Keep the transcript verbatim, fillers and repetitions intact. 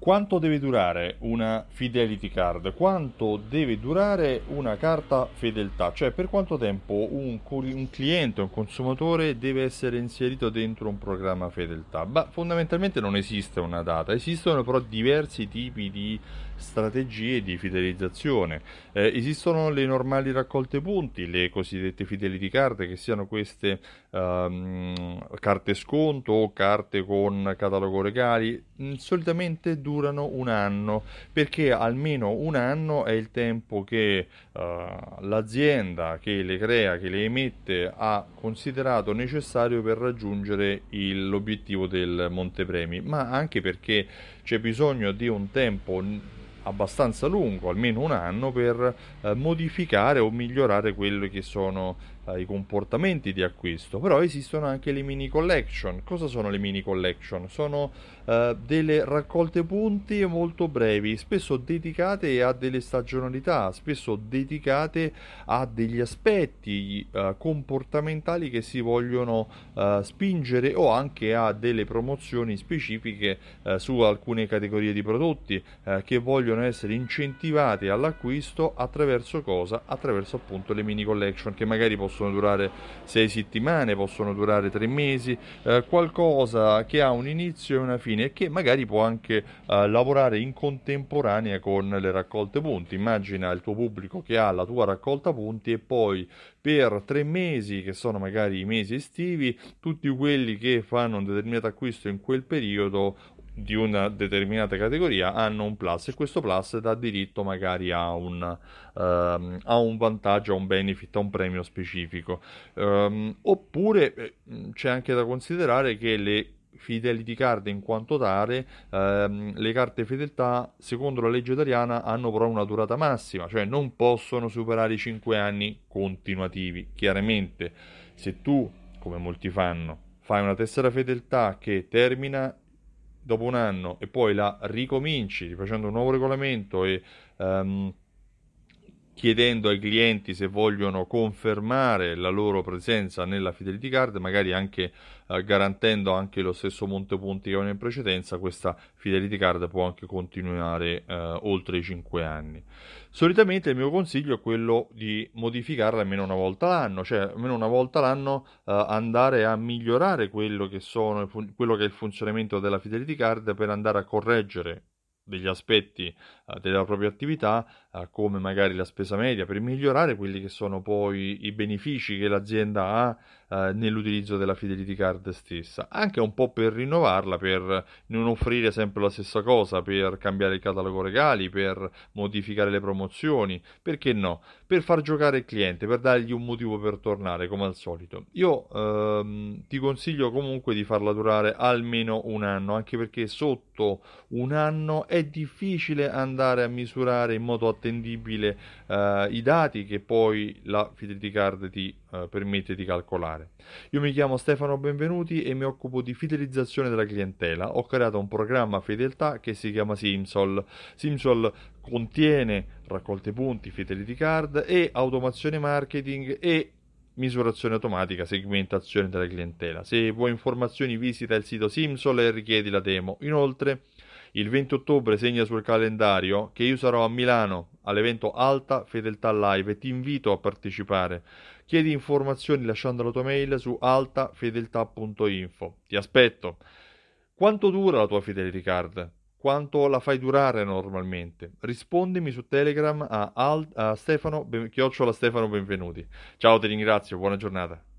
Quanto deve durare una Fidelity Card? Quanto deve durare una carta fedeltà? Cioè, per quanto tempo un, cli- un cliente, un consumatore deve essere inserito dentro un programma fedeltà? Beh, fondamentalmente non esiste una data, esistono però diversi tipi di strategie di fidelizzazione. Eh, esistono le normali raccolte punti, le cosiddette Fidelity Card, che siano queste ehm, carte sconto o carte con catalogo regali. Mm, solitamente durano un anno, perché almeno un anno è il tempo che eh, l'azienda che le crea, che le emette, ha considerato necessario per raggiungere il- l'obiettivo del montepremi, ma anche perché c'è bisogno di un tempo n- abbastanza lungo, almeno un anno, per eh, modificare o migliorare quelli che sono eh, i comportamenti di acquisto. Però esistono anche le mini collection. Cosa sono le mini collection? Sono eh, delle raccolte punti molto brevi, spesso dedicate a delle stagionalità, spesso dedicate a degli aspetti eh, comportamentali che si vogliono eh, spingere, o anche a delle promozioni specifiche eh, su alcune categorie di prodotti eh, che vogliono essere incentivati all'acquisto attraverso cosa? Attraverso appunto le mini collection, che magari possono durare sei settimane, possono durare tre mesi, eh, qualcosa che ha un inizio e una fine e che magari può anche eh, lavorare in contemporanea con le raccolte punti. Immagina il tuo pubblico che ha la tua raccolta punti e poi per tre mesi, che sono magari i mesi estivi, tutti quelli che fanno un determinato acquisto in quel periodo di una determinata categoria hanno un plus, e questo plus dà diritto magari a un, ehm, a un vantaggio, a un benefit, a un premio specifico. Ehm, oppure eh, c'è anche da considerare che le Fidelity Card in quanto tale, ehm, le carte fedeltà, secondo la legge italiana, hanno però una durata massima, cioè non possono superare i cinque anni continuativi. Chiaramente, se tu, come molti fanno, fai una tessera fedeltà che termina dopo un anno e poi la ricominci facendo un nuovo regolamento e ehm, chiedendo ai clienti se vogliono confermare la loro presenza nella Fidelity Card, magari anche eh, garantendo anche lo stesso monte punti che avevano in precedenza, questa Fidelity Card può anche continuare eh, oltre i cinque anni. Solitamente il mio consiglio è quello di modificarla almeno una volta l'anno, cioè almeno una volta l'anno eh, andare a migliorare quello che sono, quello che è il funzionamento della Fidelity Card, per andare a correggere degli aspetti eh, della propria attività, eh, come magari la spesa media, per migliorare quelli che sono poi i benefici che l'azienda ha eh, nell'utilizzo della Fidelity Card stessa, anche un po' per rinnovarla, per non offrire sempre la stessa cosa, per cambiare il catalogo regali, per modificare le promozioni, perché no? Per far giocare il cliente, per dargli un motivo per tornare, come al solito. Io ehm, ti consiglio comunque di farla durare almeno un anno, anche perché sotto un anno è difficile andare a misurare in modo attendibile eh, i dati che poi la Fidelity Card ti eh, permette di calcolare. Io mi chiamo Stefano Benvenuti e mi occupo di fidelizzazione della clientela. Ho creato un programma fedeltà che si chiama Simsol. Simsol contiene raccolte punti, Fidelity Card e automazione marketing e misurazione automatica, segmentazione della clientela. Se vuoi informazioni visita il sito Simsol e richiedi la demo. Inoltre, il venti ottobre segna sul calendario che io sarò a Milano all'evento Alta Fedeltà Live e ti invito a partecipare. Chiedi informazioni lasciando la tua mail su altafedeltà punto info. Ti aspetto. Quanto dura la tua Fidelity Card? Quanto la fai durare normalmente? Rispondimi su Telegram a, al- a Stefano, chiocciola Stefano Benvenuti. Ciao, ti ringrazio, buona giornata.